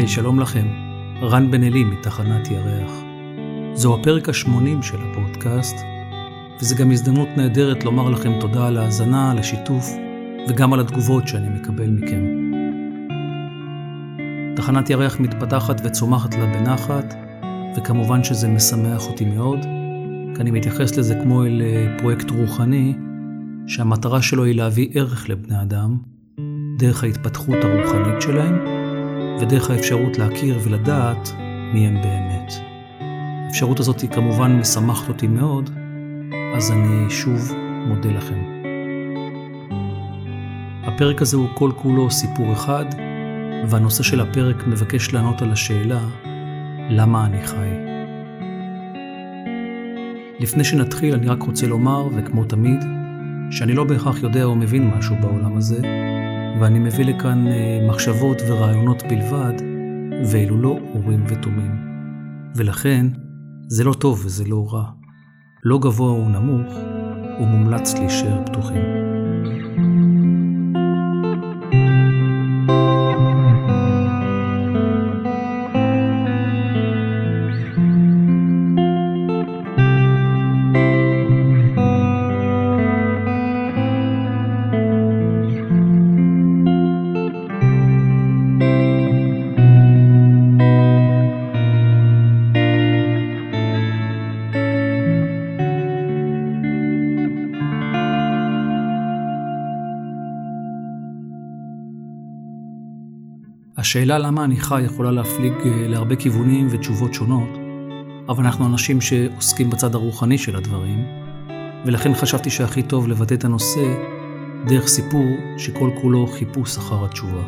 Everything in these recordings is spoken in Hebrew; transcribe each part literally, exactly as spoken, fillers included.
היי, שלום לכם. רן בן אלי מתחנת ירח. זו הפרק ה-שמונים של הפודקאסט, וזה גם הזדמנות נהדרת לומר לכם תודה על ההאזנה, על השיתוף, וגם על התגובות שאני מקבל מכם. תחנת ירח מתפתחת וצומחת לה בנחת, וכמובן שזה משמח אותי מאוד, כי אני מתייחס לזה כמו אל פרויקט רוחני, שהמטרה שלו היא להביא ערך לבני אדם, דרך ההתפתחות הרוחנית שלהם, ודרך האפשרות להכיר ולדעת מי הם באמת. האפשרות הזאת היא כמובן משמחת אותי מאוד, אז אני שוב מודה לכם. הפרק הזה הוא כל כולו סיפור אחד, והנושא של הפרק מבקש לענות על השאלה, למה אני חי? לפני שנתחיל אני רק רוצה לומר, וכמו תמיד, שאני לא בהכרח יודע או מבין משהו בעולם הזה, ואני מביא לכאן מחשבות ורעיונות בלבד, ואלו לא אורים ותומים. ולכן, זה לא טוב וזה לא רע. לא גבוה או נמוך, ומומלץ להישאר פתוחים. השאלה למה אני חי יכולה להפליג להרבה כיוונים ותשובות שונות, אבל אנחנו אנשים שעוסקים בצד הרוחני של הדברים, ולכן חשבתי שהכי טוב לבטא את הנושא דרך סיפור שכל כולו חיפוש אחר התשובה.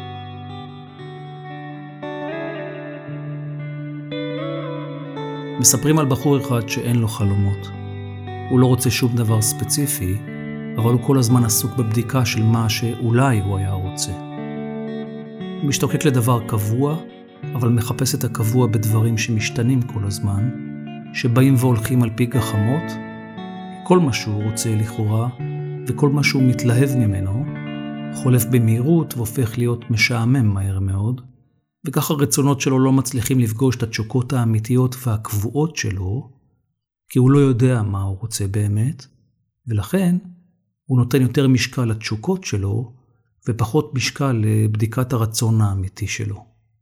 מספרים על בחור אחד שאין לו חלומות. הוא לא רוצה שום דבר ספציפי, אבל הוא כל הזמן עסוק בבדיקה של מה שאולי הוא היה רוצה. הוא משתוקק לדבר קבוע, אבל מחפש את הקבוע בדברים שמשתנים כל הזמן, שבאים והולכים על פי גחמות, כל מה שהוא רוצה לכאורה, וכל מה שהוא מתלהב ממנו, חולף במהירות והופך להיות משעמם מהר מאוד, וכך הרצונות שלו לא מצליחים לפגוש את התשוקות האמיתיות והקבועות שלו, כי הוא לא יודע מה הוא רוצה באמת, ולכן הוא נותן יותר משקל לתשוקות שלו, ופחות משקל לבדיקת הרצון האמיתי שלו.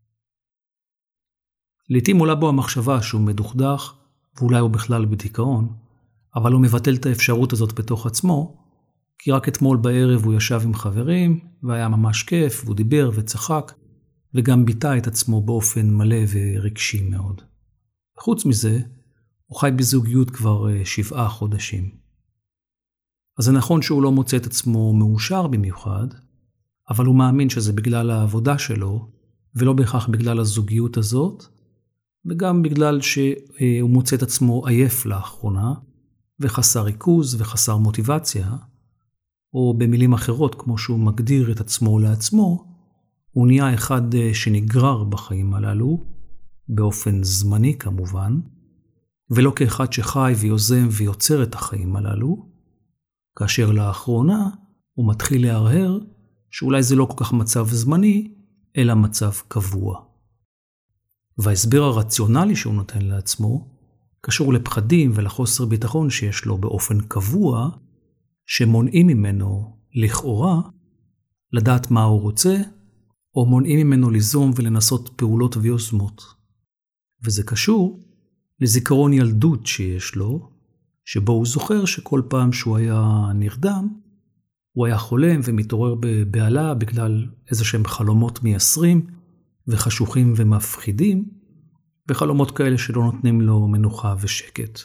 לעתים עולה בו המחשבה שהוא מדוכדך, ואולי הוא בכלל בדיכאון, אבל הוא מבטל את האפשרות הזאת בתוך עצמו, כי רק אתמול בערב הוא ישב עם חברים, והיה ממש כיף, והוא דיבר וצחק, וגם ביטא את עצמו באופן מלא ורגשי מאוד. חוץ מזה, הוא חי בזוגיות כבר שבעה חודשים. אז זה נכון שהוא לא מוצא את עצמו מאושר במיוחד, אבל הוא מאמין שזה בגלל העבודה שלו, ולא בהכרח בגלל הזוגיות הזאת, וגם בגלל שהוא מוצא את עצמו עייף לאחרונה, וחסר ריכוז וחסר מוטיבציה, או במילים אחרות, כמו שהוא מגדיר את עצמו לעצמו, הוא נהיה אחד שנגרר בחיים הללו, באופן זמני כמובן, ולא כאחד שחי ויוזם ויוצר את החיים הללו, כאשר לאחרונה הוא מתחיל להרהר, שאולי זה לא כל כך מצב זמני, אלא מצב קבוע. וההסבר הרציונלי שהוא נותן לעצמו, קשור לפחדים ולחוסר ביטחון שיש לו באופן קבוע, שמונעים ממנו לכאורה לדעת מה הוא רוצה, או מונעים ממנו ליזום ולנסות פעולות ויוזמות. וזה קשור לזיכרון ילדות שיש לו, שבו הוא זוכר שכל פעם שהוא היה נרדם, הוא היה חולם ומתעורר בבעלה בגלל איזה שהם חלומות מייסרים וחשוכים ומפחידים, וחלומות כאלה שלא נותנים לו מנוחה ושקט.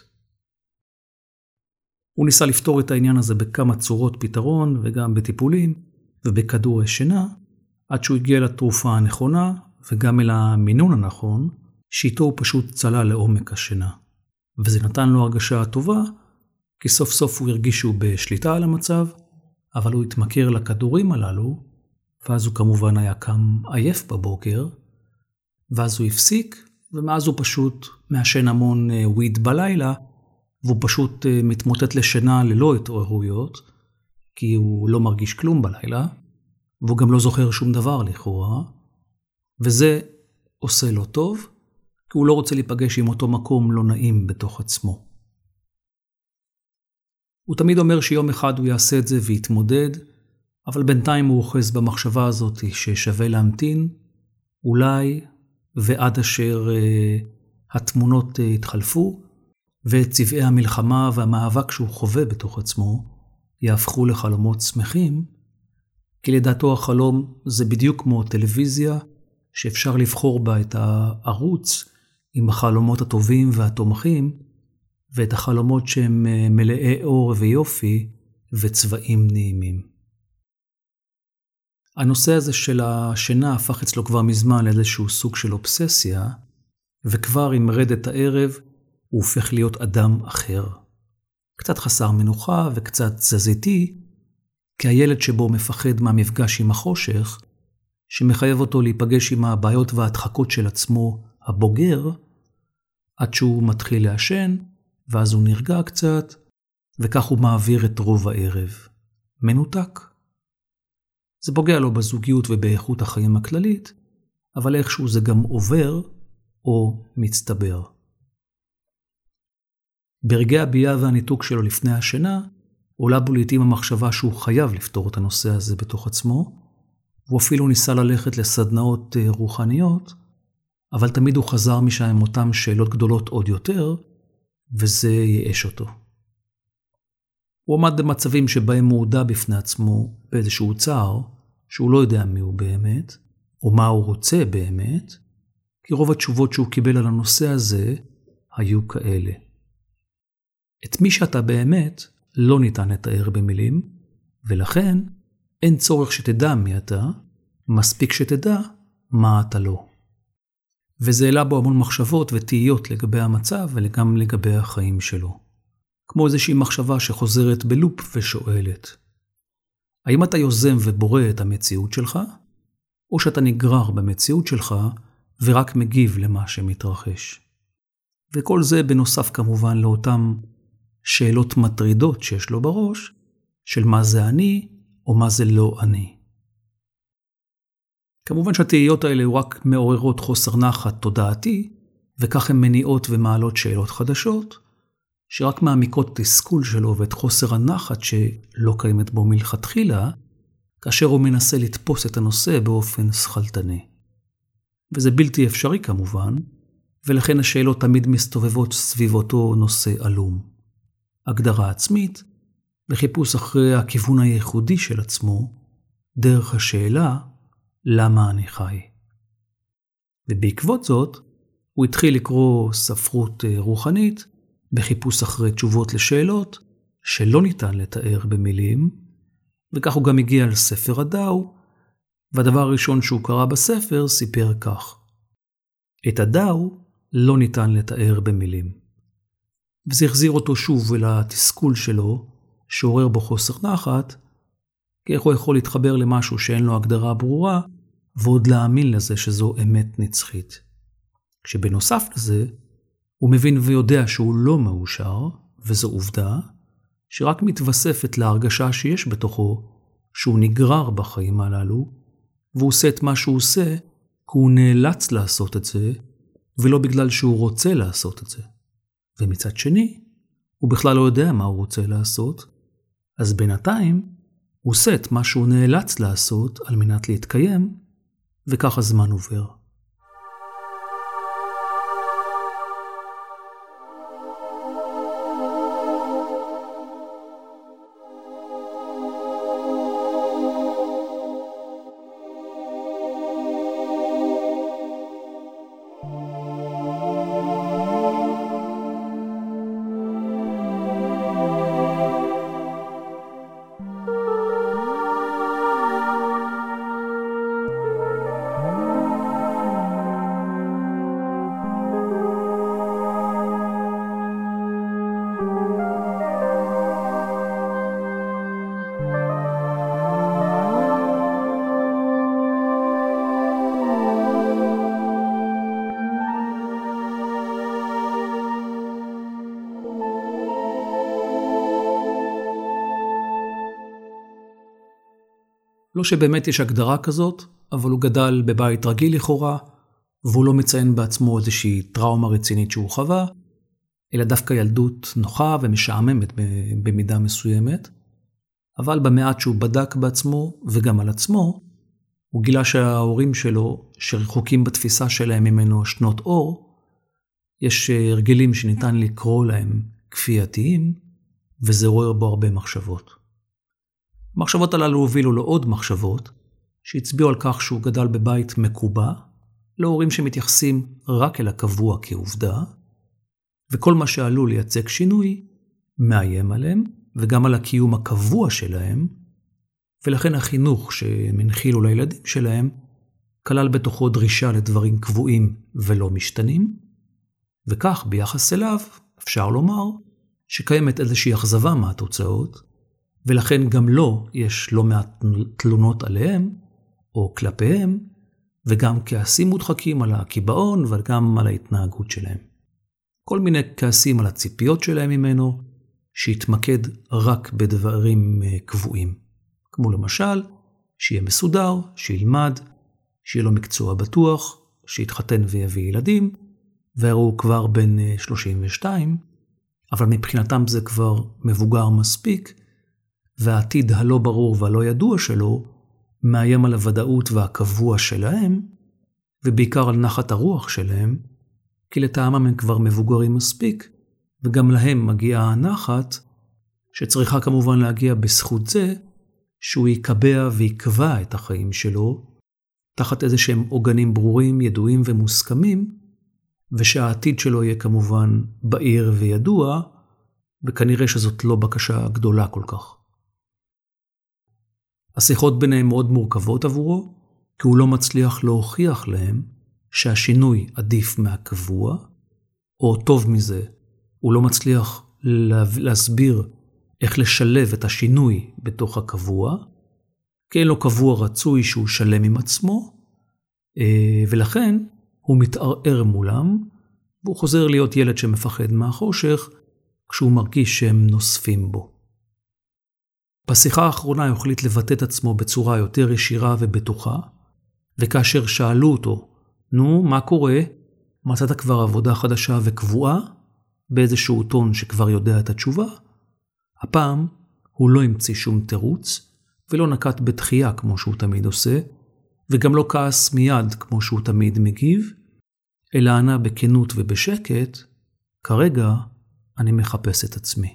הוא ניסה לפתור את העניין הזה בכמה צורות פתרון וגם בטיפולים ובכדורי שינה, עד שהוא הגיע לתרופה הנכונה וגם אל המינון הנכון, שאיתו הוא פשוט צלל לעומק השינה. וזה נתן לו הרגשה טובה, כי סוף סוף הוא הרגיש שהוא בשליטה על המצב, אבל הוא התמכר לכדורים הללו, ואז הוא כמובן היה קם עייף בבוקר, ואז הוא הפסיק, ומאז הוא פשוט מעשן המון וויד בלילה, והוא פשוט מתמוטט לשינה ללא התעוררויות, כי הוא לא מרגיש כלום בלילה, והוא גם לא זוכר שום דבר לכאורה, וזה עושה לו טוב, כי הוא לא רוצה להיפגש עם אותו מקום לא נעים בתוך עצמו. הוא תמיד אומר שיום אחד הוא יעשה את זה ויתמודד, אבל בינתיים הוא אוחז במחשבה הזאת ששווה להמתין, אולי ועד אשר uh, התמונות uh, התחלפו, ואת צבעי המלחמה והמאבק שהוא חווה בתוך עצמו יהפכו לחלומות שמחים, כי לדעתו החלום זה בדיוק כמו טלוויזיה, שאפשר לבחור בה את הערוץ עם החלומות הטובים והתומכים, ואת החלומות שהם מלאי אור ויופי וצבעים נעימים. הנושא הזה של השינה הפך אצלו כבר מזמן לאיזשהו סוג של אובססיה, וכבר עם רדת הערב הוא הופך להיות אדם אחר. קצת חסר מנוחה וקצת תזזיתי, כי הילד שבו מפחד מהמפגש עם החושך, שמחייב אותו להיפגש עם הבעיות וההדחקות של עצמו הבוגר, עד שהוא מתחיל לעשן, ואז הוא נרגע קצת, וכך הוא מעביר את רוב הערב. מנותק. זה פוגע לו בזוגיות ובאיכות החיים הכללית, אבל איכשהו זה גם עובר או מצטבר. ברגעי הבייה והניתוק שלו לפני השינה, עולה בו לעתים המחשבה שהוא חייב לפתור את הנושא הזה בתוך עצמו, הוא אפילו ניסה ללכת לסדנאות רוחניות, אבל תמיד הוא חזר משם עם אותם שאלות גדולות עוד יותר, וזה ייאש אותו. הוא עמד במצבים שבהם הוא הודע בפני עצמו באיזשהו צער, שהוא לא יודע מי הוא באמת, או מה הוא רוצה באמת, כי רוב התשובות שהוא קיבל על הנושא הזה היו כאלה. את מי שאתה באמת לא ניתן לתאר במילים, ולכן אין צורך שתדע מי אתה, מספיק שתדע מה אתה לא. וזה העלה בו המון מחשבות ותהיות לגבי המצב וגם לגבי החיים שלו. כמו איזושהי מחשבה שחוזרת בלופ ושואלת, האם אתה יוזם ובורא את המציאות שלך, או שאתה נגרר במציאות שלך ורק מגיב למה שמתרחש? וכל זה בנוסף כמובן לאותם שאלות מטרידות שיש לו בראש, של מה זה אני או מה זה לא אני. כמובן שהתהיות האלה רק מעוררות חוסר נחת תודעתי, וכך הן מניעות ומעלות שאלות חדשות, שרק מעמיקות תסכול שלו ואת חוסר הנחת שלא קיימת בו מלכתחילה, כאשר הוא מנסה לתפוס את הנושא באופן שכלתני. וזה בלתי אפשרי כמובן, ולכן השאלות תמיד מסתובבות סביב אותו נושא עלום. הגדרה עצמית, וחיפוש אחרי הכיוון הייחודי של עצמו, דרך השאלה, למה אני חי? ובעקבות זאת, הוא התחיל לקרוא ספרות רוחנית, בחיפוש אחרי תשובות לשאלות, שלא ניתן לתאר במילים, וכך הוא גם הגיע לספר הדאו, והדבר הראשון שהוא קרא בספר סיפר כך. את הדאו לא ניתן לתאר במילים. וזה החזיר אותו שוב אל התסכול שלו, שעורר בו חוסר נחת, כי איך הוא יכול להתחבר למשהו שאין לו הגדרה ברורה, ועוד להאמין לזה שזו אמת נצחית. כשבנוסף לזה, הוא מבין ויודע שהוא לא מאושר, וזו עובדה, שרק מתווספת להרגשה שיש בתוכו, שהוא נגרר בחיים הללו, והוא עושה את מה שהוא עושה, כי הוא נאלץ לעשות את זה, ולא בגלל שהוא רוצה לעשות את זה. ומצד שני, הוא בכלל לא יודע מה הוא רוצה לעשות, אז בינתיים הוא עושה את מה שהוא נאלץ לעשות על מנת להתקיים, וכך הזמן עובר. לא שבאמת יש הגדרה כזאת, אבל הוא גדל בבית רגיל לכאורה, והוא לא מציין בעצמו איזושהי טראומה רצינית שהוא חווה, אלא דווקא ילדות נוחה ומשעממת במידה מסוימת, אבל במעט שהוא בדק בעצמו וגם על עצמו, הוא גילה שההורים שלו, שרחוקים בתפיסה שלהם ממנו שנות אור, יש הרגלים שניתן לקרוא להם כפייתיים, וזה עורר בו הרבה מחשבות. המחשבות הללו הובילו לו עוד מחשבות, שהצביעו על כך שהוא גדל בבית מקובע, להורים שמתייחסים רק אל הקבוע כעובדה, וכל מה שעלול לייצג שינוי, מאיים עליהם, וגם על הקיום הקבוע שלהם, ולכן החינוך שהם הנחילו לילדים שלהם, כלל בתוכו דרישה לדברים קבועים ולא משתנים, וכך ביחס אליו אפשר לומר שקיימת איזושהי אכזבה מהתוצאות, ולכן גם לו יש לא מעט תלונות עליהם או כלפיהם, וגם כעסים מודחקים על הקיבעון וגם על ההתנהגות שלהם. כל מיני כעסים על הציפיות שלהם ממנו, שיתמקד רק בדברים קבועים. כמו למשל, שיהיה מסודר, שילמד, שיהיה לו מקצוע בטוח, שיתחתן ויביא ילדים, והרי הוא כבר בן שלושים ושתיים, אבל מבחינתם זה כבר מבוגר מספיק, והעתיד הלא ברור והלא ידוע שלו מאיים על הוודאות והקבוע שלהם, ובעיקר על נחת הרוח שלהם, כי לטעמם הם כבר מבוגרים מספיק, וגם להם מגיעה הנחת, שצריכה כמובן להגיע בזכות זה, שהוא יקבע ויקבע את החיים שלו, תחת איזה שהם עוגנים ברורים, ידועים ומוסכמים, ושהעתיד שלו יהיה כמובן בעיר וידוע, וכנראה שזאת לא בקשה גדולה כל כך. השיחות ביניהם מאוד מורכבות עבורו, כי הוא לא מצליח להוכיח להם שהשינוי עדיף מהקבוע, או טוב מזה, הוא לא מצליח להסביר איך לשלב את השינוי בתוך הקבוע, כי אין לו קבוע רצוי שהוא שלם עם עצמו, ולכן הוא מתערער מולם, והוא חוזר להיות ילד שמפחד מהחושך, כשהוא מרגיש שהם נוספים בו. בשיחה האחרונה הוא החליט לבטא את עצמו בצורה יותר ישירה ובטוחה, וכאשר שאלו אותו, נו, מה קורה? מצאת כבר עבודה חדשה וקבועה? באיזשהו טון שכבר יודע את התשובה? הפעם הוא לא המציא שום תירוץ, ולא נקט בתחייה כמו שהוא תמיד עושה, וגם לא כעס מיד כמו שהוא תמיד מגיב, אלא ענה בכנות ובשקט, כרגע אני מחפש את עצמי.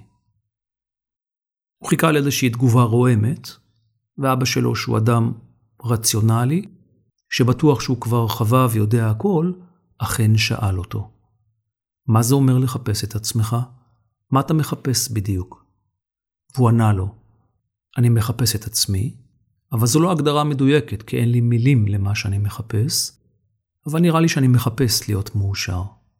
הוא חיכה לאיזושהי תגובה רועמת, ואבא שלו שהוא אדם רציונלי, שבטוח שהוא כבר חווה ויודע הכל, אכן שאל אותו. מה זה אומר לחפש את עצמך? מה אתה מחפש בדיוק? והוא ענה לו, אני מחפש את עצמי, אבל זו לא הגדרה מדויקת, כי אין לי מילים למה שאני מחפש, אבל נראה לי שאני מחפש להיות מאושר.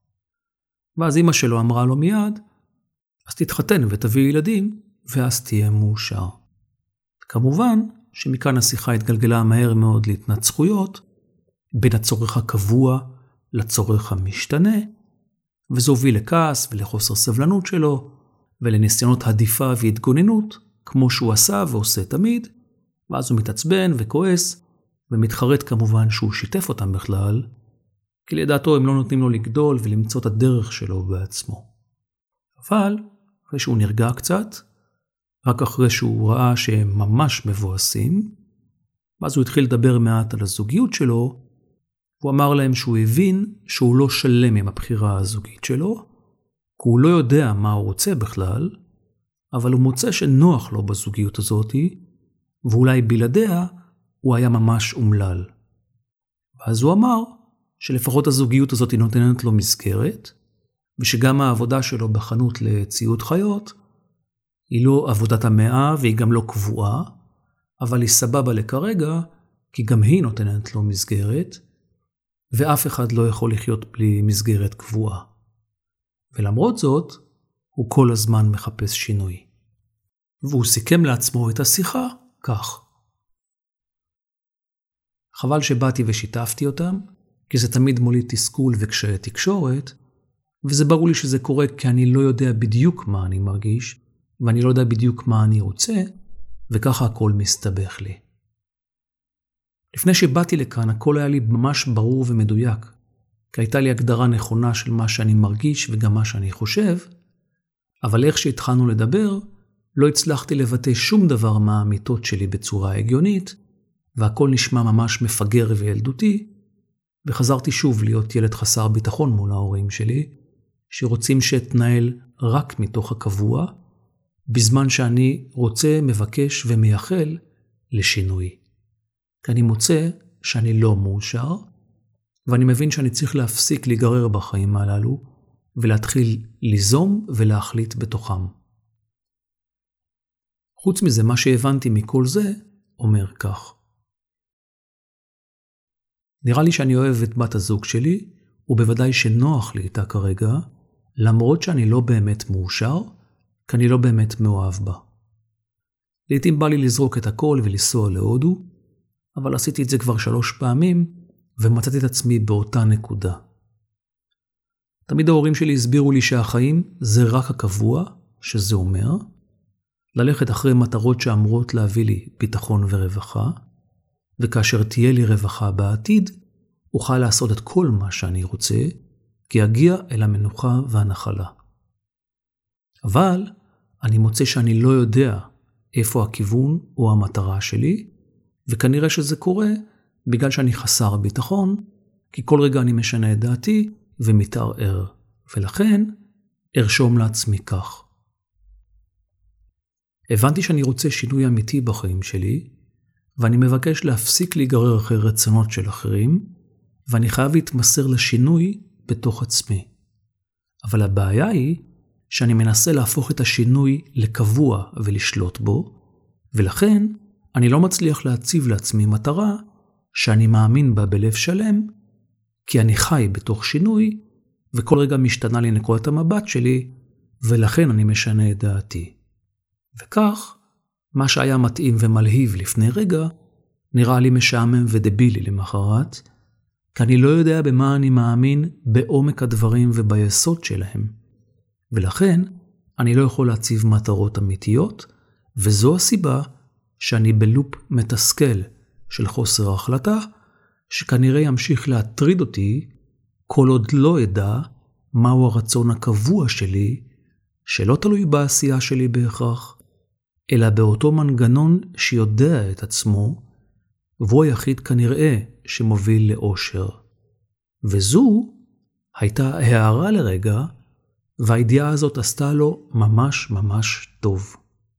ואז אמא שלו אמרה לו מיד, אז תתחתן ותביא ילדים, ואז תהיה מאושר. כמובן שמכאן השיחה התגלגלה מהר מאוד להתנצחויות, בין הצורך הקבוע לצורך המשתנה, וזה הוביל לכעס ולחוסר סבלנות שלו, ולניסיונות עדיפה והתגוננות, כמו שהוא עשה ועושה תמיד, ואז הוא מתעצבן וכועס, ומתחרט כמובן שהוא שיתף אותם בכלל, כי לדעתו הם לא נותנים לו לגדול ולמצוא את הדרך שלו בעצמו. אבל, אחרי שהוא נרגע קצת, רק אחרי שהוא ראה שהם ממש מבואסים, ואז הוא התחיל לדבר מעט על הזוגיות שלו, הוא אמר להם שהוא הבין שהוא לא שלם עם הבחירה הזוגית שלו, כי הוא לא יודע מה הוא רוצה בכלל, אבל הוא מוצא שנוח לו בזוגיות הזאת, ואולי בלעדיה הוא היה ממש אומלל. ואז הוא אמר שלפחות הזוגיות הזאת נותנת לו מסגרת, ושגם העבודה שלו בחנות לציוד חיות, היא לא עבודת המאה והיא גם לא קבועה, אבל היא סבבה לכרגע, כי גם היא נותנת לו מסגרת, ואף אחד לא יכול לחיות בלי מסגרת קבועה. ולמרות זאת, הוא כל הזמן מחפש שינוי. והוא סיכם לעצמו את השיחה כך. חבל שבאתי ושיתפתי אותם, כי זה תמיד מוליד תסכול וקשיי תקשורת, וזה ברור לי שזה קורה כי אני לא יודע בדיוק מה אני מרגיש, ואני לא יודע בדיוק מה אני רוצה, וככה הכל מסתבך לי. לפני שבאתי לכאן, הכל היה לי ממש ברור ומדויק, כי הייתה לי הגדרה נכונה של מה שאני מרגיש וגם מה שאני חושב, אבל איך שהתחלנו לדבר, לא הצלחתי לבטא שום דבר מהאמיתות שלי בצורה הגיונית, והכל נשמע ממש מפגר וילדותי, וחזרתי שוב להיות ילד חסר ביטחון מול ההורים שלי, שרוצים שאתנהל רק מתוך הקבוע, בזמן שאני רוצה, מבקש ומייחל לשינוי. כי אני מוצא שאני לא מאושר, ואני מבין שאני צריך להפסיק להיגרר בחיים הללו, ולהתחיל ליזום ולהחליט בתוכם. חוץ מזה, מה שהבנתי מכל זה, אומר כך. נראה לי שאני אוהב את בת הזוג שלי, ובוודאי שנוח לי איתה כרגע, למרות שאני לא באמת מאושר, כי אני לא באמת מאוהב בה. לעתים בא לי לזרוק את הכל ולנסוע להודו, אבל עשיתי את זה כבר שלוש פעמים, ומצאתי את עצמי באותה נקודה. תמיד ההורים שלי הסבירו לי שהחיים זה רק הקבוע, שזה אומר, ללכת אחרי מטרות שאמורות להביא לי ביטחון ורווחה, וכאשר תהיה לי רווחה בעתיד, אוכל לעשות את כל מה שאני רוצה, כי אגיע אל המנוחה והנחלה. אבל אני מוצא שאני לא יודע איפה הכיוון או המטרה שלי, וכנראה שזה קורה בגלל שאני חסר ביטחון, כי כל רגע אני משנה את דעתי ומתערער, ולכן ארשום לעצמי כך. הבנתי שאני רוצה שינוי אמיתי בחיים שלי, ואני מבקש להפסיק להיגרר אחרי רצונות של אחרים, ואני חייב להתמסר לשינוי בתוך עצמי. אבל הבעיה היא שאני מנסה להפוך את השינוי לקבוע ולשלוט בו, ולכן אני לא מצליח להציב לעצמי מטרה שאני מאמין בה בלב שלם, כי אני חי בתוך שינוי, וכל רגע משתנה לי נקודת המבט שלי, ולכן אני משנה את דעתי. וכך, מה שהיה מתאים ומלהיב לפני רגע, נראה לי משעמם ודבילי למחרת, כי אני לא יודע במה אני מאמין בעומק הדברים וביסוד שלהם. ולכן, אני לא יכול להציב מטרות אמיתיות, וזו הסיבה שאני בלופ מתסכל של חוסר החלטה, שכנראה ימשיך להטריד אותי, כל עוד לא אדע מהו הרצון הקבוע שלי, שלא תלוי בעשייה שלי בהכרח, אלא באותו מנגנון שיודע את עצמו, והוא היחיד כנראה שמוביל לאושר. וזו הייתה הערה לרגע, והידיעה הזאת עשתה לו ממש ממש טוב.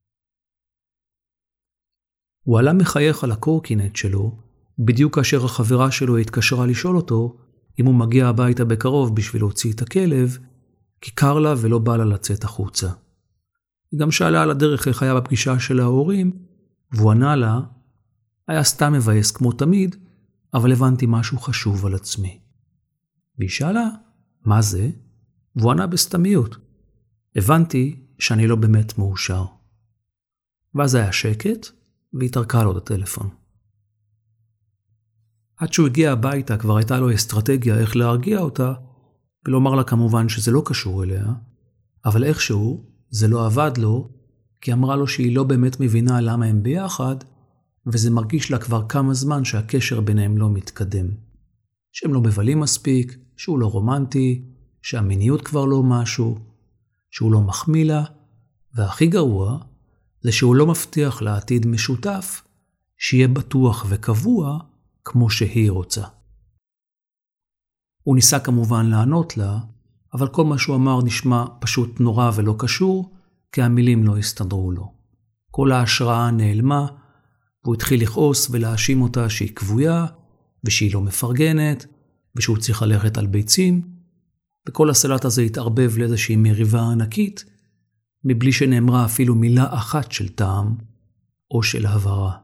הוא עלה מחייך על הקורקינט שלו, בדיוק כאשר החברה שלו התקשרה לשאול אותו אם הוא מגיע הביתה בקרוב בשביל להוציא את הכלב, כי קר לה ולא בא לה לצאת החוצה. היא גם שאלה על הדרך איך היה בפגישה של ההורים, והוא ענה לה, היה סתם מבאס כמו תמיד, אבל הבנתי משהו חשוב על עצמי. והיא שאלה, מה זה? והוא ענה בסתמיות. הבנתי שאני לא באמת מאושר. ואז היה שקט, והיא תרקה לו את הטלפון. עד שהוא הגיע הביתה כבר הייתה לו אסטרטגיה איך להרגיע אותה, ולומר לה כמובן שזה לא קשור אליה, אבל איכשהו זה לא עבד לו, כי אמרה לו שהיא לא באמת מבינה למה הם ביחד, וזה מרגיש לה כבר כמה זמן שהקשר ביניהם לא מתקדם. שהם לא מבלים מספיק, שהוא לא רומנטי, שהמיניות כבר לא משהו, שהוא לא מחמיא לה, והכי גרוע זה שהוא לא מבטיח לעתיד משותף, שיהיה בטוח וקבוע כמו שהיא רוצה. הוא ניסה כמובן לענות לה, אבל כל מה שהוא אמר נשמע פשוט נורא ולא קשור, כי המילים לא הסתדרו לו. כל ההשראה נעלמה, והוא התחיל לכעוס ולהאשים אותה שהיא קבויה, ושהיא לא מפרגנת, ושהוא צריך ללכת על ביצים, וכל הסלט הזה התערבב לאיזושהי מריבה ענקית, מבלי שנאמרה אפילו מילה אחת של טעם, או של הבהרה.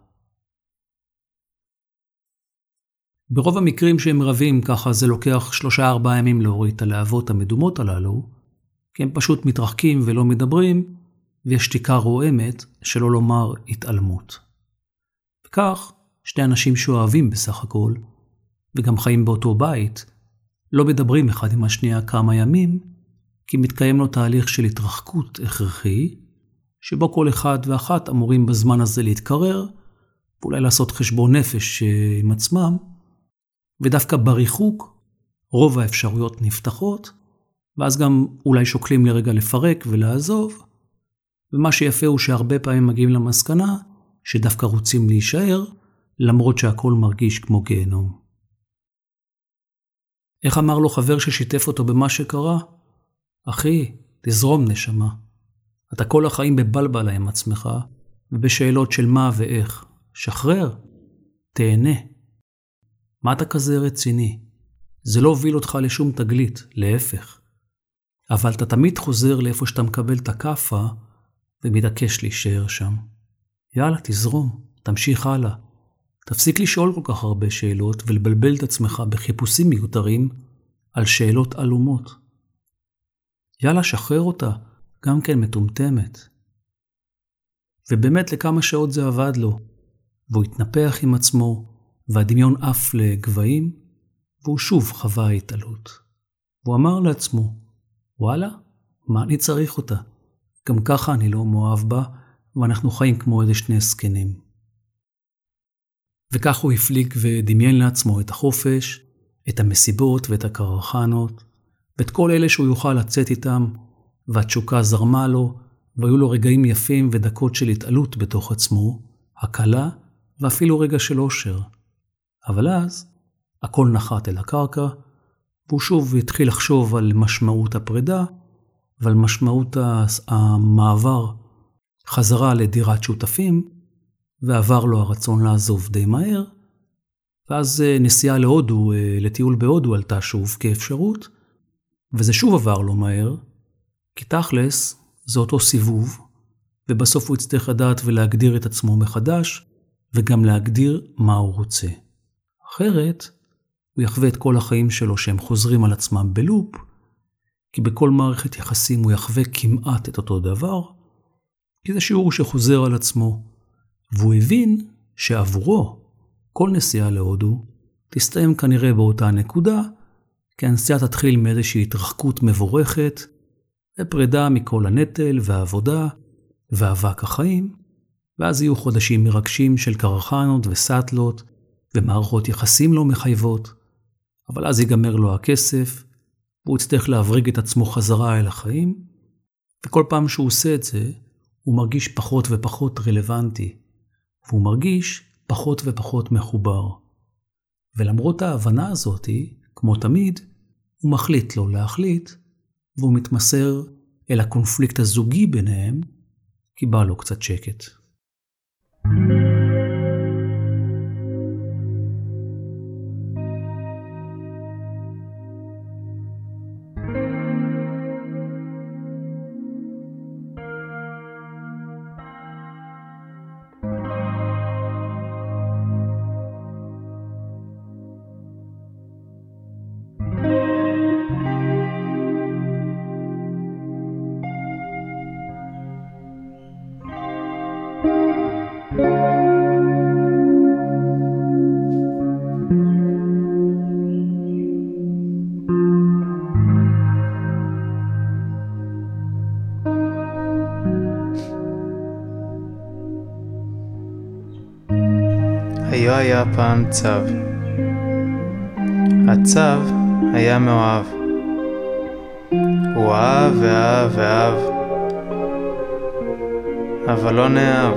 ברוב המקרים שהם רבים ככה זה לוקח שלושה ארבעה ימים להוריד את הלהבות המדומות הללו, כי הם פשוט מתרחקים ולא מדברים, ויש שתיקה רועמת שלא לומר התעלמות. וכך, שני אנשים שאוהבים בסך הכל, וגם חיים באותו בית, לא מדברים אחד עם השנייה כמה ימים, כי מתקיים לו תהליך של התרחקות הכרחי, שבו כל אחד ואחת אמורים בזמן הזה להתקרר, ואולי לעשות חשבון נפש עם עצמם, ודווקא בריחוק רוב האפשרויות נפתחות, ואז גם אולי שוקלים לרגע לפרק ולעזוב, ומה שיפה הוא שהרבה פעמים מגיעים למסקנה שדווקא רוצים להישאר, למרות שהכל מרגיש כמו גיהנום. איך אמר לו חבר ששיתף אותו במה שקרה? אחי, תזרום נשמה. אתה כל החיים בבלבל עם עצמך, ובשאלות של מה ואיך. שחרר, תהנה. מה אתה כזה רציני? זה לא הוביל אותך לשום תגלית, להפך. אבל אתה תמיד חוזר לאיפה שאתה מקבל את הקפה, ומתעקש להישאר שם. יאללה, תזרום, תמשיך הלאה. תפסיק לשאול כל כך הרבה שאלות, ולבלבל את עצמך בחיפושים מיותרים על שאלות אלומות. יאללה, שחרר אותה, גם כן מטומטמת. ובאמת לכמה שעות זה עבד לו, והוא התנפח עם עצמו, והדמיון עף לגבהים, והוא שוב חווה התעלות. והוא אמר לעצמו, וואלה, מה אני צריך אותה? גם ככה אני לא מאוהב בה, ואנחנו חיים כמו איזה שני סקנים. וכך הוא הפליג ודמיין לעצמו את החופש, את המסיבות ואת הקרחנות, ואת כל אלה שהוא יוכל לצאת איתם, והתשוקה זרמה לו, והיו לו רגעים יפים ודקות של התעלות בתוך עצמו, הקלה ואפילו רגע של אושר. אבל אז הכל נחת אל הקרקע, והוא שוב התחיל לחשוב על משמעות הפרידה, ועל משמעות המעבר חזרה לדירת שותפים, ועבר לו הרצון לעזוב די מהר, ואז נסיעה להודו, לטיול בהודו עלתה שוב כאפשרות, וזה שוב עבר לו מהר, כי תכלס זה אותו סיבוב, ובסוף הוא יצטרך לדעת ולהגדיר את עצמו מחדש, וגם להגדיר מה הוא רוצה. אחרת, הוא יחווה את כל החיים שלו שהם חוזרים על עצמם בלופ, כי בכל מערכת יחסים הוא יחווה כמעט את אותו דבר, כי זה שיעור שחוזר על עצמו, והוא הבין שעבורו כל נסיעה להודו תסתיים כנראה באותה נקודה, כי הנסיעה תתחיל מאיזושהי התרחקות מבורכת, ופרידה מכל הנטל והעבודה ואבק החיים, ואז יהיו חודשים מרגשים של קרחנות וסטלות ומערכות יחסים לא מחייבות, אבל אז ייגמר לו הכסף, והוא יצטרך להבריג את עצמו חזרה אל החיים, וכל פעם שהוא עושה את זה, הוא מרגיש פחות ופחות רלוונטי, והוא מרגיש פחות ופחות מחובר. ולמרות ההבנה הזאת, כמו תמיד, הוא מחליט לו להחליט, והוא מתמסר אל הקונפליקט הזוגי ביניהם, כי בא לו קצת שקט. היו היה פעם צב. הצב היה מאוהב. הוא אהב ואהב ואהב, אבל לא נאהב.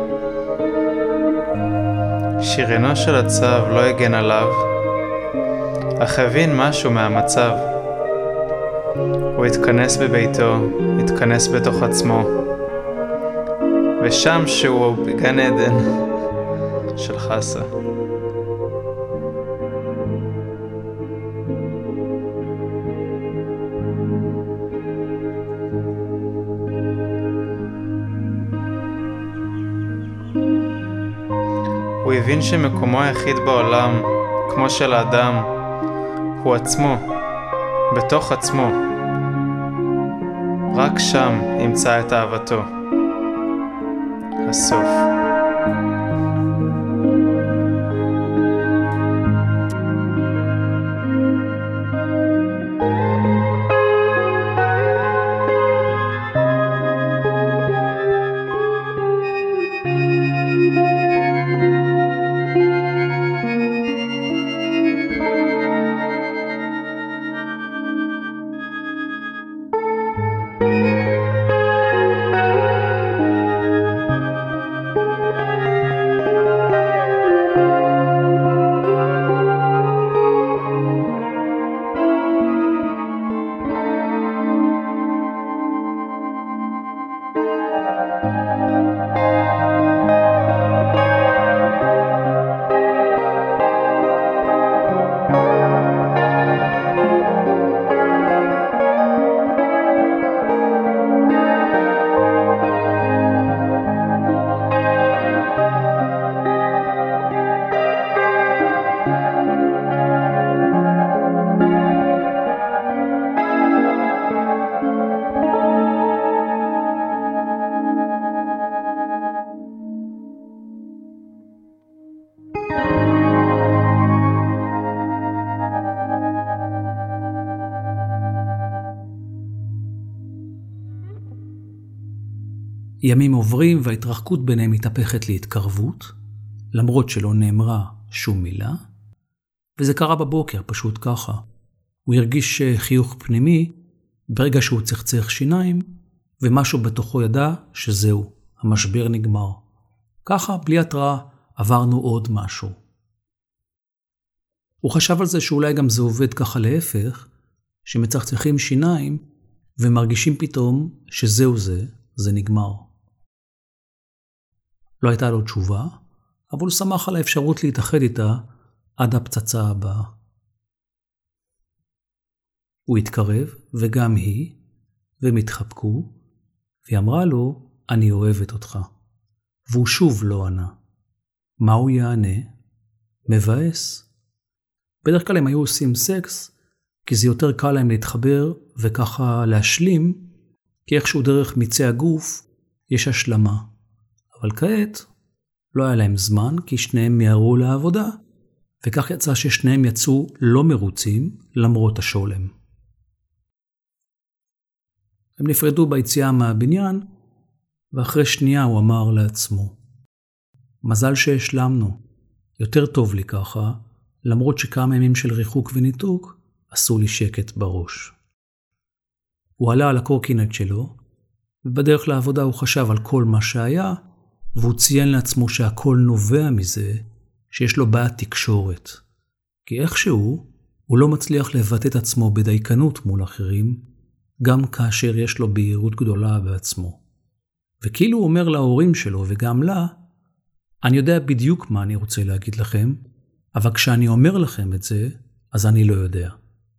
שירנו של הצב לא הגן עליו, אך הבין משהו מהמצב. הוא התכנס בביתו, התכנס בתוך עצמו, ושם שהוא בגן עדן של חסה. הוא הבין שמקומו היחיד בעולם, כמו של האדם, הוא עצמו, בתוך עצמו. רק שם ימצא את אהבתו. הסוף. ימים עוברים וההתרחקות ביניהם מתהפכת להתקרבות, למרות שלא נאמרה שום מילה, וזה קרה בבוקר, פשוט ככה. הוא הרגיש חיוך פנימי ברגע שהוא צחצח שיניים, ומשהו בתוכו ידע שזהו, המשבר נגמר. ככה, בלי התראה, עברנו עוד משהו. הוא חשב על זה שאולי גם זה עובד ככה להפך, שמצחצחים שיניים ומרגישים פתאום שזהו זה, זה נגמר. לא הייתה לו תשובה, אבל הוא שמח על האפשרות להתאחד איתה עד הפצצה הבאה. הוא התקרב, וגם היא, והם התחבקו, והיא אמרה לו, אני אוהבת אותך. והוא שוב לא ענה. מה הוא יענה? מבאס. בדרך כלל הם היו עושים סקס, כי זה יותר קל להם להתחבר וככה להשלים, כי איכשהו דרך מיצי הגוף יש השלמה. אבל כעת לא היה להם זמן, כי שניהם מיהרו לעבודה, וכך יצא ששניהם יצאו לא מרוצים למרות השולם. הם נפרדו ביציאה מהבניין, ואחרי שנייה הוא אמר לעצמו, מזל שהשלמנו, יותר טוב לי ככה, למרות שכמה ימים של ריחוק וניתוק עשו לי שקט בראש. הוא עלה על הקורקינט שלו, ובדרך לעבודה הוא חשב על כל מה שהיה, והוא ציין לעצמו שהכל נובע מזה שיש לו בעיית תקשורת. כי איכשהו הוא לא מצליח לבטא את עצמו בדייקנות מול אחרים, גם כאשר יש לו בהירות גדולה בעצמו. וכאילו הוא אומר להורים שלו וגם לה, אני יודע בדיוק מה אני רוצה להגיד לכם, אבל כשאני אומר לכם את זה, אז אני לא יודע.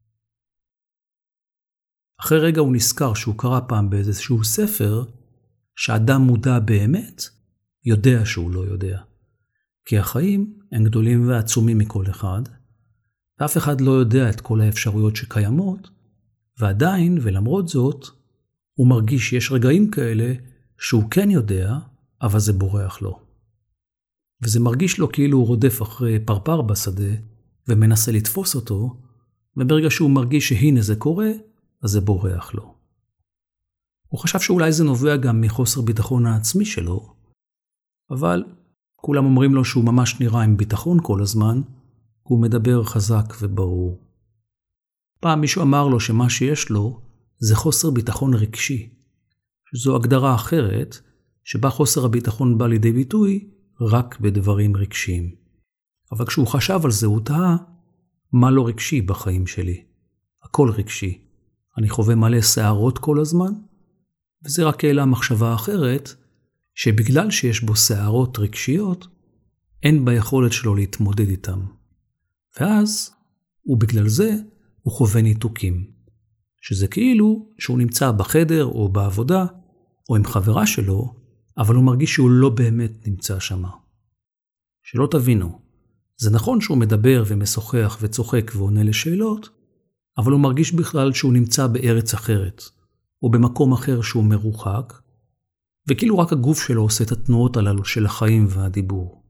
אחרי רגע הוא נזכר שהוא קרא פעם באיזשהו ספר, שאדם מודע באמת, יודע שהוא לא יודע. כי החיים הם גדולים ועצומים מכל אחד, ואף אחד לא יודע את כל האפשרויות שקיימות, ועדיין, ולמרות זאת, הוא מרגיש שיש רגעים כאלה שהוא כן יודע, אבל זה בורח לו. וזה מרגיש לו כאילו הוא רודף אחרי פרפר בשדה, ומנסה לתפוס אותו, וברגע שהוא מרגיש שהנה זה קורה, אז זה בורח לו. הוא חשב שאולי זה נובע גם מחוסר ביטחון העצמי שלו, אבל כולם אומרים לו שהוא ממש נראה עם ביטחון כל הזמן, הוא מדבר חזק וברור. פעם מישהו אמר לו שמה שיש לו זה חוסר ביטחון רגשי, שזו הגדרה אחרת שבה חוסר הביטחון בא לידי ביטוי רק בדברים רגשיים. אבל כשהוא חשב על זה הוא טעה, מה לא רגשי בחיים שלי? הכל רגשי. אני חווה מלא שערות כל הזמן, וזה רק העלה מחשבה אחרת, שבגלל שיש בו שערות רגשיות, אין ביכולת שלו להתמודד איתם. ואז, ובגלל זה, הוא חווה ניתוקים. שזה כאילו שהוא נמצא בחדר או בעבודה, או עם חברה שלו, אבל הוא מרגיש שהוא לא באמת נמצא שם. שלא תבינו, זה נכון שהוא מדבר ומשוחח וצוחק ועונה לשאלות, אבל הוא מרגיש בכלל שהוא נמצא בארץ אחרת, או במקום אחר שהוא מרוחק, וכאילו רק הגוף שלו עושה את התנועות הללו של החיים והדיבור.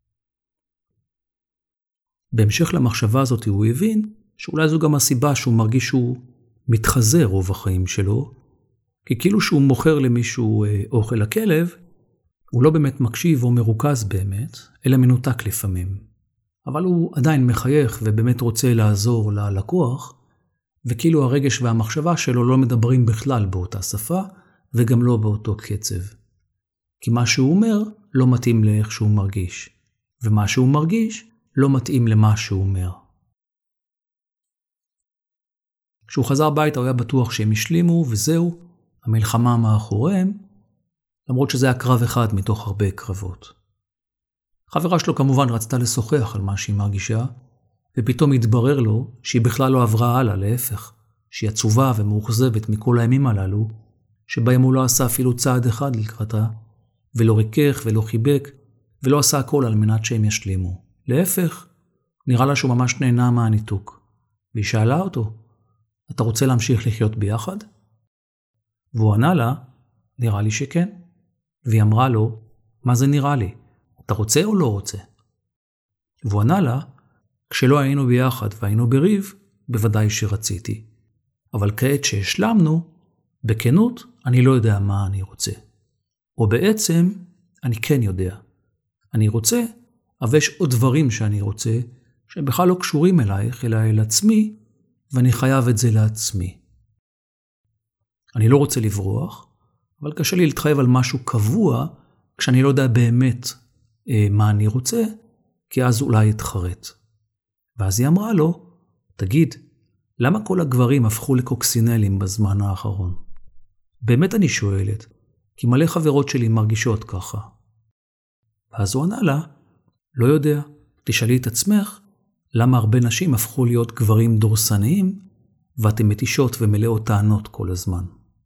בהמשך למחשבה הזאת הוא הבין שאולי זו גם הסיבה שהוא מרגיש שהוא מתחזה רוב החיים שלו, כי כאילו שהוא מוכר למישהו אוכל לכלב, הוא לא באמת מקשיב או מרוכז באמת, אלא מנותק לפעמים. אבל הוא עדיין מחייך ובאמת רוצה לעזור ללקוח, וכאילו הרגש והמחשבה שלו לא מדברים בכלל באותה שפה, וגם לא באותו קצב. כי מה שהוא אומר לא מתאים לאיך שהוא מרגיש, ומה שהוא מרגיש לא מתאים למה שהוא אומר. כשהוא חזר ביתה הוא היה בטוח שהם השלימו, וזהו, המלחמה מאחוריהם, למרות שזה היה קרב אחד מתוך הרבה קרבות. חברה שלו כמובן רצתה לשוחח על מה שהיא מרגישה, ופתאום התברר לו שהיא בכלל לא עברה הלאה, להפך, שהיא עצובה ומאוכזבת מכל הימים הללו, שבהם הוא לא עשה אפילו צעד אחד לקראתה, ולא ריכך ולא חיבק, ולא עשה הכל על מנת שהם ישלימו. להפך, נראה לה שהוא ממש נהנה מהניתוק. והיא שאלה אותו, אתה רוצה להמשיך לחיות ביחד? והוא ענה לה, נראה לי שכן. והיא אמרה לו, מה זה נראה לי? אתה רוצה או לא רוצה? והוא ענה לה, כשלא היינו ביחד והיינו בריב, בוודאי שרציתי. אבל כעת שהשלמנו, בכנות, אני לא יודע מה אני רוצה. או בעצם אני כן יודע. אני רוצה, אבל יש עוד דברים שאני רוצה, שהם בכלל לא קשורים אלייך, אלא אל עצמי, ואני חייב את זה לעצמי. אני לא רוצה לברוח, אבל קשה לי להתחייב על משהו קבוע, כשאני לא יודע באמת אה, מה אני רוצה, כי אז אולי אתחרט. ואז היא אמרה לו, תגיד, למה כל הגברים הפכו לקוקסינלים בזמן האחרון? באמת אני שואלת, כי מלא חברות שלי מרגישות ככה. ואז הוא ענה לה, לא יודע, תשאלי את עצמך, למה הרבה נשים הפכו להיות גברים דורסניים, ואתם מתישות ומלאות טענות כל הזמן.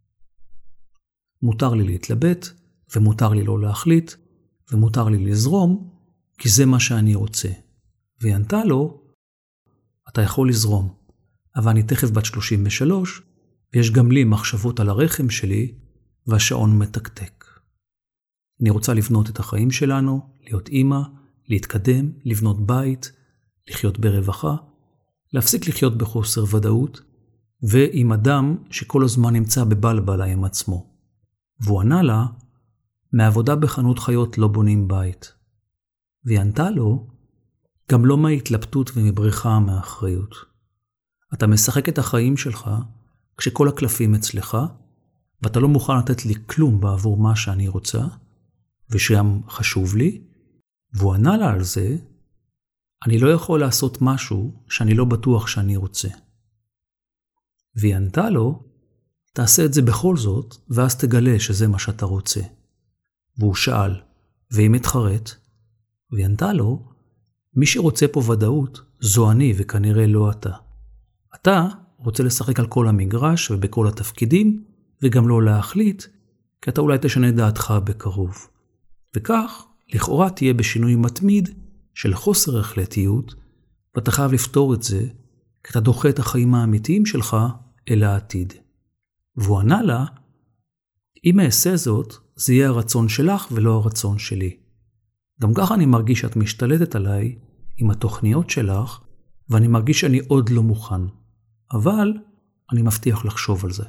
מותר לי להתלבט, ומותר לי לא להחליט, ומותר לי לזרום, כי זה מה שאני רוצה. והיא ענתה לו, אתה יכול לזרום, אבל אני תכף בת שלושים ושלוש, ויש גם לי מחשבות על הרחם שלי, והשעון מתקתק. אני רוצה לבנות את החיים שלנו, להיות אימא, להתקדם, לבנות בית, לחיות ברווחה, להפסיק לחיות בחוסר ודאות, ועם אדם שכל הזמן נמצא בבלבלה עם עצמו. והוא ענה לה, מעבודה בחנות חיות לא בונים בית. והיא ענתה לו, גם לא מההתלבטות ומבריחה מהאחריות. אתה משחק את החיים שלך כשכל הקלפים אצלך, ואתה לא מוכן לתת לי כלום בעבור מה שאני רוצה, ושם חשוב לי, והוא ענה לה על זה, אני לא יכול לעשות משהו שאני לא בטוח שאני רוצה. והיא ענתה לו, תעשה את זה בכל זאת, ואז תגלה שזה מה שאתה רוצה. והוא שאל, ואם התחרט, והיא ענתה לו, מי שרוצה פה ודאות, זו אני וכנראה לא אתה. אתה רוצה לשחק על כל המגרש ובכל התפקידים, וגם לא להחליט, כי אתה אולי תשנה דעתך בקרוב. וכך, לכאורה תהיה בשינוי מתמיד של חוסר החלטיות, ואתה חייב לפתור את זה, כי אתה דוחה את החיים האמיתיים שלך אל העתיד. והוא ענה לה, אם אעשה זאת, זה יהיה הרצון שלך ולא הרצון שלי. גם ככה אני מרגיש שאת משתלטת עליי עם התוכניות שלך, ואני מרגיש שאני עוד לא מוכן. אבל אני מבטיח לחשוב על זה.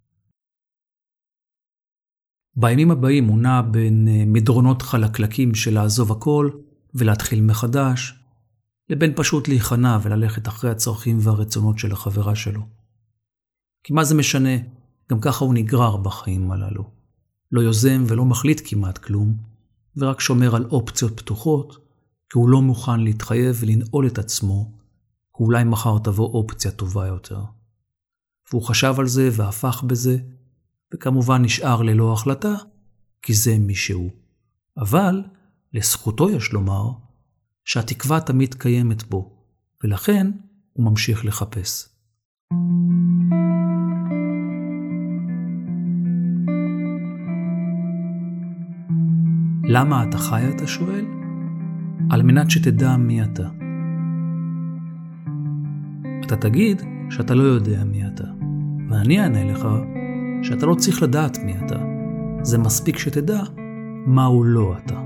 בימים הבאים הוא נע בין מדרונות חלקלקים של לעזוב הכל ולהתחיל מחדש, לבין פשוט להיכנע וללכת אחרי הצרכים והרצונות של החברה שלו. כי מה זה משנה? גם ככה הוא נגרר בחיים הללו. לא יוזם ולא מחליט כמעט כלום, ורק שומר על אופציות פתוחות, כי הוא לא מוכן להתחייב ולנעול את עצמו, כי אולי מחר תבוא אופציה טובה יותר. והוא חשב על זה והפך בזה, וכמובן נשאר ללא החלטה, כי זה מישהו. אבל לזכותו יש לומר שהתקווה תמיד קיימת בו, ולכן הוא ממשיך לחפש. למה אתה חי, אתה שואל? על מנת שתדע מי אתה. אתה תגיד שאתה לא יודע מי אתה, ואני אענה לך שאתה לא צריך לדעת מי אתה. זה מספיק שתדע מהו לא אתה.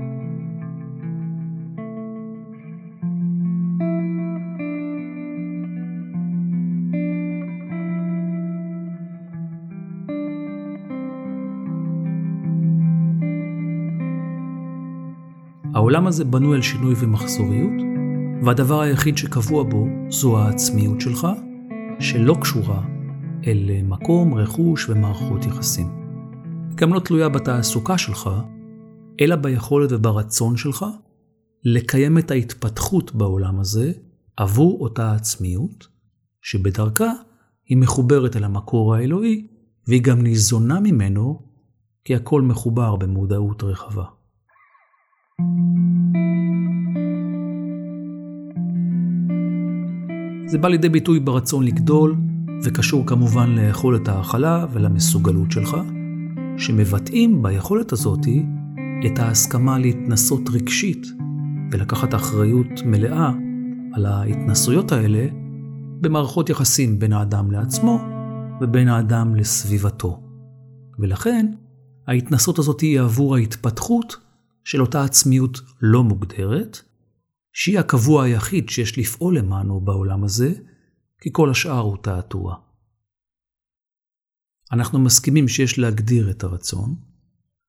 העולם הזה בנוי על שינוי ומחזוריות, והדבר היחיד שקבוע בו זו העצמיות שלך, שלא קשורה אל מקום, רכוש ומערכות יחסים. גם לא תלויה בתעסוקה שלך, אלא ביכולת וברצון שלך לקיים את ההתפתחות בעולם הזה עבור אותה עצמיות, שבדרכה היא מחוברת אל המקור האלוהי, והיא גם ניזונה ממנו, כי הכל מחובר במודעות רחבה. זה בא לידי ביטוי ברצון לגדול, וקשור כמובן ליכולת האכלה ולמסוגלות שלך, שמבטאים ביכולת הזאת את ההסכמה להתנסות רגשית, ולקחת אחריות מלאה על ההתנסויות האלה במערכות יחסים בין האדם לעצמו ובין האדם לסביבתו. ולכן ההתנסות הזאת היא עבור ההתפתחות של אותה עצמיות לא מוגדרת, שהיא הקבוע היחיד שיש לפעול למענו בעולם הזה, כי כל השאר הוא תעתוע. אנחנו מסכימים שיש להגדיר את הרצון,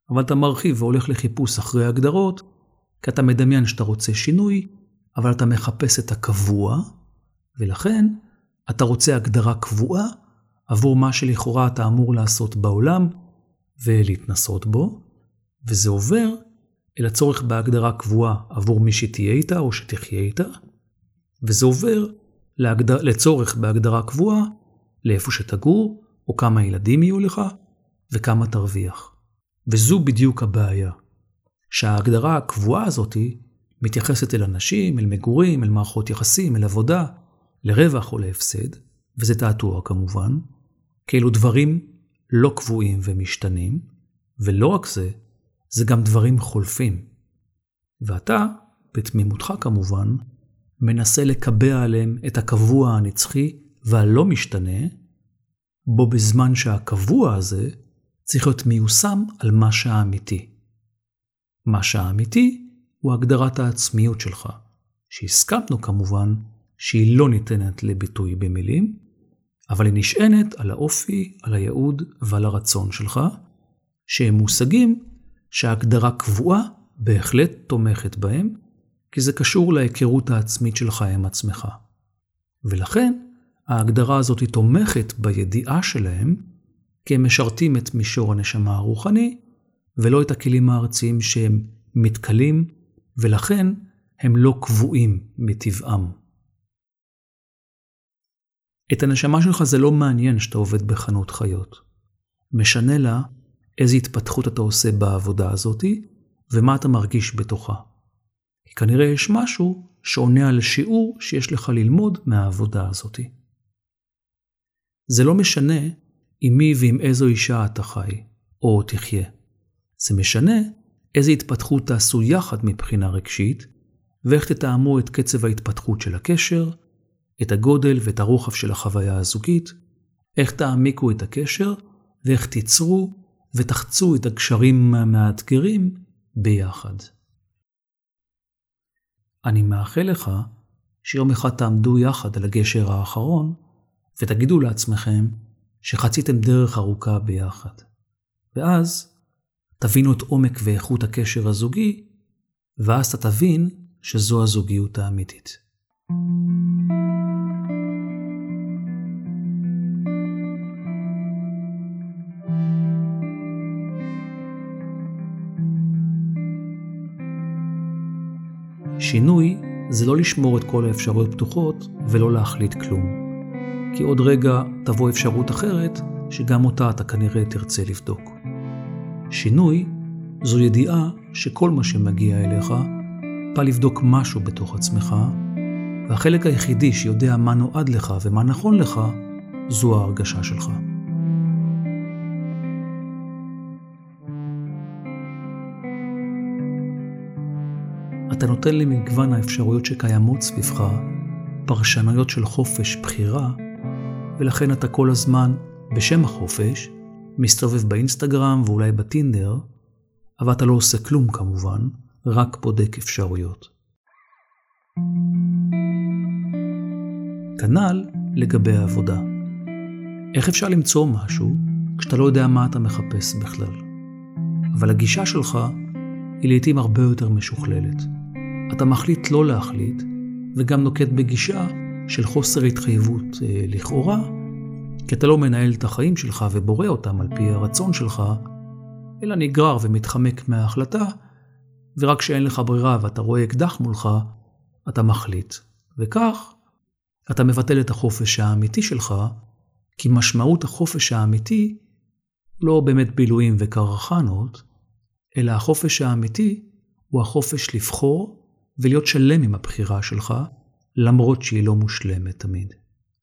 אבל אתה מרחיב והולך לחיפוש אחרי הגדרות, כי אתה מדמיין שאתה רוצה שינוי, אבל אתה מחפש את הקבוע, ולכן אתה רוצה הגדרה קבועה עבור מה שלכאורה אתה אמור לעשות בעולם ולהתנסות בו, וזה עובר אל הצורך בהגדרה קבועה עבור מי שתהיה איתה או שתחיה איתה, וזה עובר להגדר... לצורך בהגדרה קבועה לאיפה שתגור או כמה ילדים יהיו לך וכמה תרוויח. וזו בדיוק הבעיה, שההגדרה הקבועה הזאת מתייחסת אל אנשים, אל מגורים, אל מערכות יחסים, אל עבודה, לרווח או להפסד, וזה תעתוע כמובן, כאלו דברים לא קבועים ומשתנים, ולא רק זה, זה גם דברים חולפים. ואתה, בתמימותך כמובן, מנסה לקבע עליהם את הקבוע הנצחי והלא משתנה, בו בזמן שהקבוע הזה צריך להיות מיושם על מה שהאמיתי. מה שהאמיתי הוא הגדרת העצמיות שלך, שהסכמנו כמובן שהיא לא ניתנת לביטוי במילים, אבל היא נשענת על האופי, על הייעוד ועל הרצון שלך, שהם מושגים שההגדרה קבועה בהחלט תומכת בהם, כי זה קשור להיכרות העצמית שלך עם עצמך. ולכן ההגדרה הזאת תומכת בידיעה שלהם, כי הם משרתים את מישור הנשמה הרוחני, ולא את הכלים הארציים שהם מתקלים, ולכן הם לא קבועים מטבעם. את הנשמה שלך זה לא מעניין שאתה עובד בחנות חיות. משנה לה איזו התפתחות אתה עושה בעבודה הזאת, ומה אתה מרגיש בתוכה. כי כנראה יש משהו שעונה על שיעור שיש לך ללמוד מהעבודה הזאת. זה לא משנה עם מי ועם איזו אישה אתה חי, או תחיה. זה משנה איזו התפתחות תעשו יחד מבחינה רגשית, ואיך תתאמו את קצב ההתפתחות של הקשר, את הגודל ואת הרוחב של החוויה הזוגית, איך תעמיקו את הקשר, ואיך תיצרו ותחצו את הקשרים המאתגרים ביחד. אני מאחל לך שיום אחד תעמדו יחד על הגשר האחרון, ותגידו לעצמכם שחציתם דרך ארוכה ביחד. ואז תבינו את עומק ואיכות הקשר הזוגי, ואז אתה תבין שזו הזוגיות האמיתית. שינוי זה לא לשמור את כל האפשרויות פתוחות ולא להחליט כלום. כי עוד רגע תבוא אפשרות אחרת שגם אותה אתה כנראה תרצה לבדוק. שינוי זו ידיעה שכל מה שמגיע אליך בא לבדוק משהו בתוך עצמך, והחלק היחידי שיודע מה נועד לך ומה נכון לך זו ההרגשה שלך. אתה נותן למגוון האפשרויות שקיימות סביבך פרשנויות של חופש בחירה, ולכן אתה כל הזמן בשם החופש מסתובב באינסטגרם ואולי בטינדר, אבל אתה לא עושה כלום כמובן, רק בודק אפשרויות. כנ"ל לגבי העבודה. איך אפשר למצוא משהו כשאתה לא יודע מה אתה מחפש בכלל? אבל הגישה שלך היא לעתים הרבה יותר משוכללת. אתה מחליט לא להחליט, וגם נוקט בגישה של חוסר התחייבות אה, לכאורה, כי אתה לא מנהל את החיים שלך ובורא אותם על פי הרצון שלך, אלא נגרר ומתחמק מההחלטה, ורק כשאין לך ברירה ואתה רואה אקדח מולך, אתה מחליט. וכך, אתה מבטל את החופש האמיתי שלך, כי משמעות החופש האמיתי לא באמת בילויים וקרחנות, אלא החופש האמיתי הוא החופש לבחור ולהיות שלם עם הבחירה שלך, למרות שהיא לא מושלמת תמיד.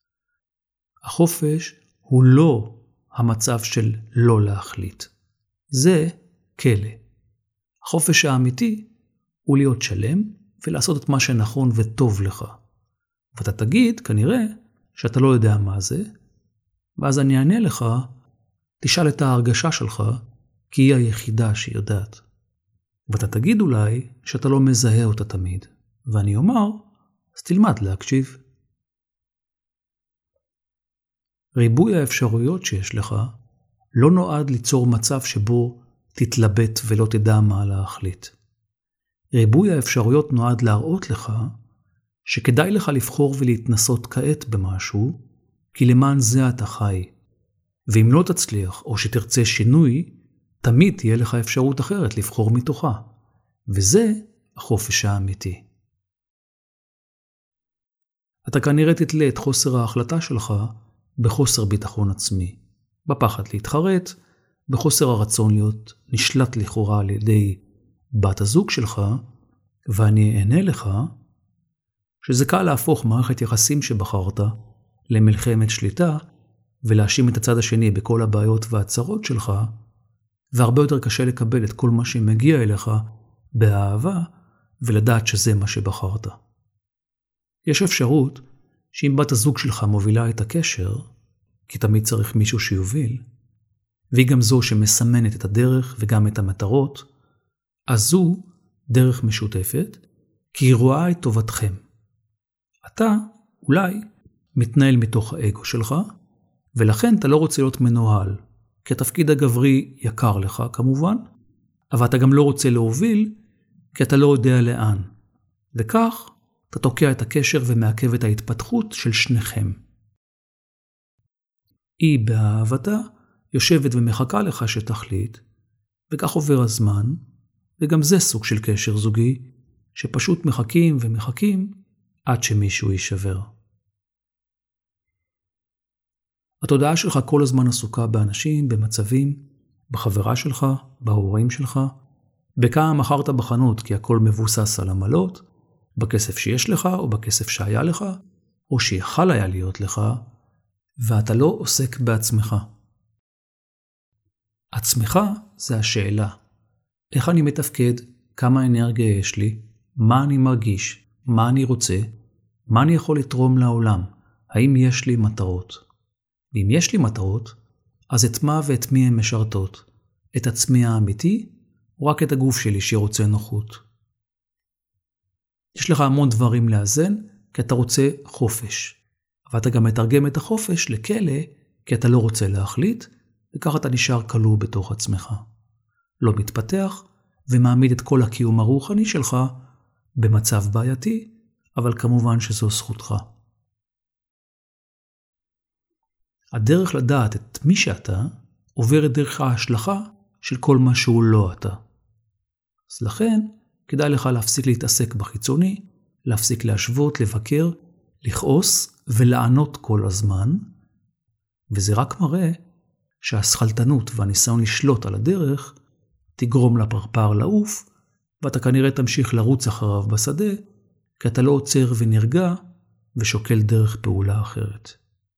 החופש הוא לא המצב של לא להחליט. זה כלא. החופש האמיתי הוא להיות שלם ולעשות את מה שנכון וטוב לך. ואתה תגיד, כנראה, שאתה לא יודע מה זה, ואז אני אענה לך, תשאל את ההרגשה שלך, כי היא היחידה שיודעת. ואתה תגיד אולי שאתה לא מזהה אותה תמיד, ואני אומר, אז תלמד להקשיב. ריבוי האפשרויות שיש לך לא נועד ליצור מצב שבו תתלבט ולא תדע מה להחליט. ריבוי האפשרויות נועד להראות לך שכדאי לך לבחור ולהתנסות כעת במשהו, כי למען זה אתה חי. ואם לא תצליח או שתרצה שינוי, תמיד תהיה לך אפשרות אחרת לבחור מתוכה. וזה החופש האמיתי. אתה כנראה תתלה את חוסר ההחלטה שלך בחוסר ביטחון עצמי, בפחד להתחרט, בחוסר הרצון להיות נשלט לכאורה על ידי בת הזוג שלך, ואני אענה לך שזה קל להפוך מערכת יחסים שבחרת למלחמת שליטה, ולהאשים את הצד השני בכל הבעיות והצרות שלך, והרבה יותר קשה לקבל את כל מה שמגיע אליך באהבה, ולדעת שזה מה שבחרת. יש אפשרות שאם בת הזוג שלך מובילה את הקשר, כי תמיד צריך מישהו שיוביל, והיא גם זו שמסמנת את הדרך וגם את המטרות, אז זו דרך משותפת, כי היא רואה את טובתכם. אתה אולי מתנהל מתוך האגו שלך, ולכן אתה לא רוצה להיות מנוהל, כי התפקיד הגברי יקר לך כמובן, אבל אתה גם לא רוצה להוביל, כי אתה לא יודע לאן. וכך אתה תוקע את הקשר ומעכב את ההתפתחות של שניכם. היא באהבתה יושבת ומחכה לך שתחליט, וכך עובר הזמן, וגם זה סוג של קשר זוגי, שפשוט מחכים ומחכים עד שמישהו יישבר. התודעה שלך כל הזמן עסוקה באנשים, במצבים, בחברה שלך, בהורים שלך, בכמה מכרת בחנות כי הכל מבוסס על עמלות, בכסף שיש לך או בכסף שהיה לך, או שיכל היה להיות לך, ואתה לא עוסק בעצמך. עצמך זה השאלה. איך אני מתפקד, כמה אנרגיה יש לי, מה אני מרגיש, מה אני רוצה, מה אני יכול לתרום לעולם, האם יש לי מטרות. ואם יש לי מטרות, אז את מה ואת מי הן משרתות, את עצמי האמיתי, או רק את הגוף שלי שרוצה נוחות. יש לך המון דברים לאזן, כי אתה רוצה חופש. אבל אתה גם מתרגם את החופש לכלא, כי אתה לא רוצה להחליט, וכך אתה נשאר כלוא בתוך עצמך. לא מתפתח, ומעמיד את כל הקיום הרוחני שלך במצב בעייתי, אבל כמובן שזו זכותך. הדרך לדעת את מי שאתה, עוברת דרך ההשלכה של כל מה שהוא לא אתה. אז לכן, כדאי לך להפסיק להתעסק בחיצוני, להפסיק להשוות, לבקר, לכעוס ולענות כל הזמן, וזה רק מראה שהשכלתנות והניסיון לשלוט על הדרך תגרום לפרפר לעוף, ואתה כנראה תמשיך לרוץ אחריו בשדה, כי אתה לא עוצר ונרגע ושוקל דרך פעולה אחרת.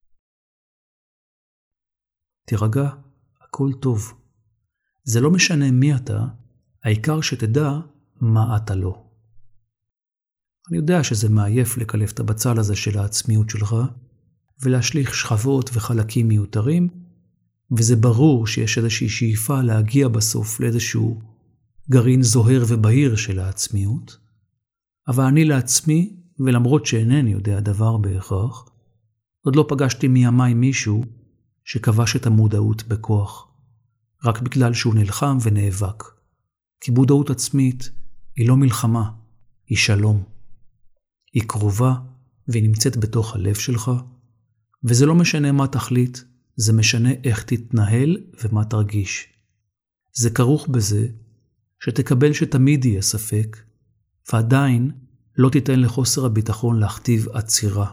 תירגע, הכל טוב. זה לא משנה מי אתה, העיקר שתדע מה אתה לא. אני יודע שזה מעייף לקלף את הבצל הזה של העצמיות שלך, ולהשליך שכבות וחלקים מיותרים, וזה ברור שיש איזושהי שאיפה להגיע בסוף לאיזשהו גרעין זוהר ובהיר של העצמיות, אבל אני לעצמי, ולמרות שאינני יודע דבר בהכרח, עוד לא פגשתי מימי מישהו שכבש את המודעות בכוח, רק בגלל שהוא נלחם ונאבק. כי מודעות עצמית היא לא מלחמה, היא שלום. היא קרובה והיא נמצאת בתוך הלב שלך, וזה לא משנה מה תחליט, זה משנה איך תתנהל ומה תרגיש. זה כרוך בזה שתקבל שתמיד יהיה ספק, ועדיין לא תיתן לחוסר הביטחון להכתיב עצירה.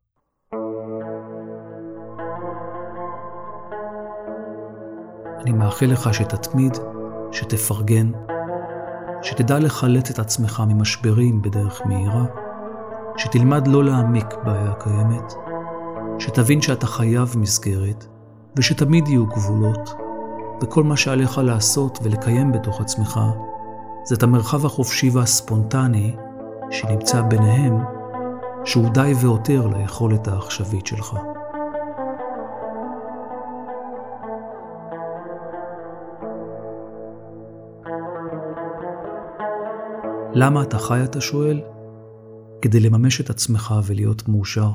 אני מאחל לך שתתמיד, שתפרגן, שתדע לחלט את עצמך ממשברים בדרך מהירה, שתלמד לא להעמיק בעיה קיימת, שתבין שאתה חייב מסגרת, ושתמיד יהיו גבולות, וכל מה שעליך לעשות ולקיים בתוך עצמך, זה את המרחב החופשי והספונטני שנמצא ביניהם, שהוא די ויותר ליכולת העכשווית שלך. למה אתה חי, אתה שואל? כדי לממש את עצמך ולהיות מאושר.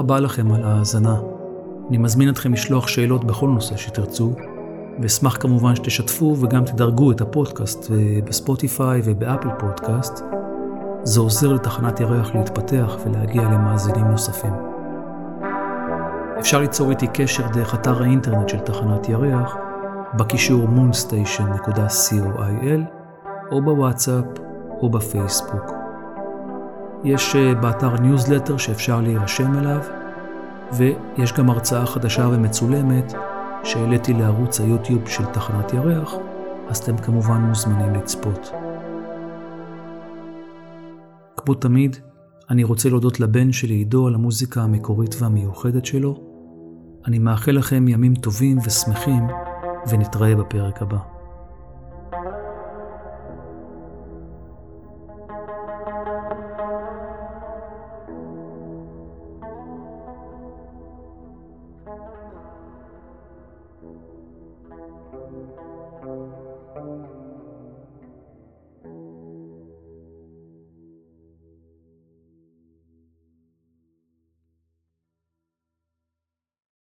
רבה לכם על ההאזנה. אני מזמין אתכם לשלוח שאלות בכל נושא שתרצו, ואשמח כמובן שתשתפו וגם תדרגו את הפודקאסט בספוטיפיי ובאפל פודקאסט. זה עוזר לתחנת ירח להתפתח ולהגיע למאזינים נוספים. אפשר ליצור איתי קשר דרך אתר האינטרנט של תחנת ירח, בקישור moonstation נקודה co.il, או בוואטסאפ או בפייסבוק. יש באתר ניוזלטר שאפשר להירשם אליו, ויש גם הרצאה חדשה ומצולמת שהעליתי לערוץ היוטיוב של תחנת ירח, אז אתם כמובן מוזמנים לצפות. כמו תמיד, אני רוצה להודות לבן שלי עידו על המוזיקה המקורית והמיוחדת שלו. אני מאחל לכם ימים טובים ושמחים, ונתראה בפרק הבא.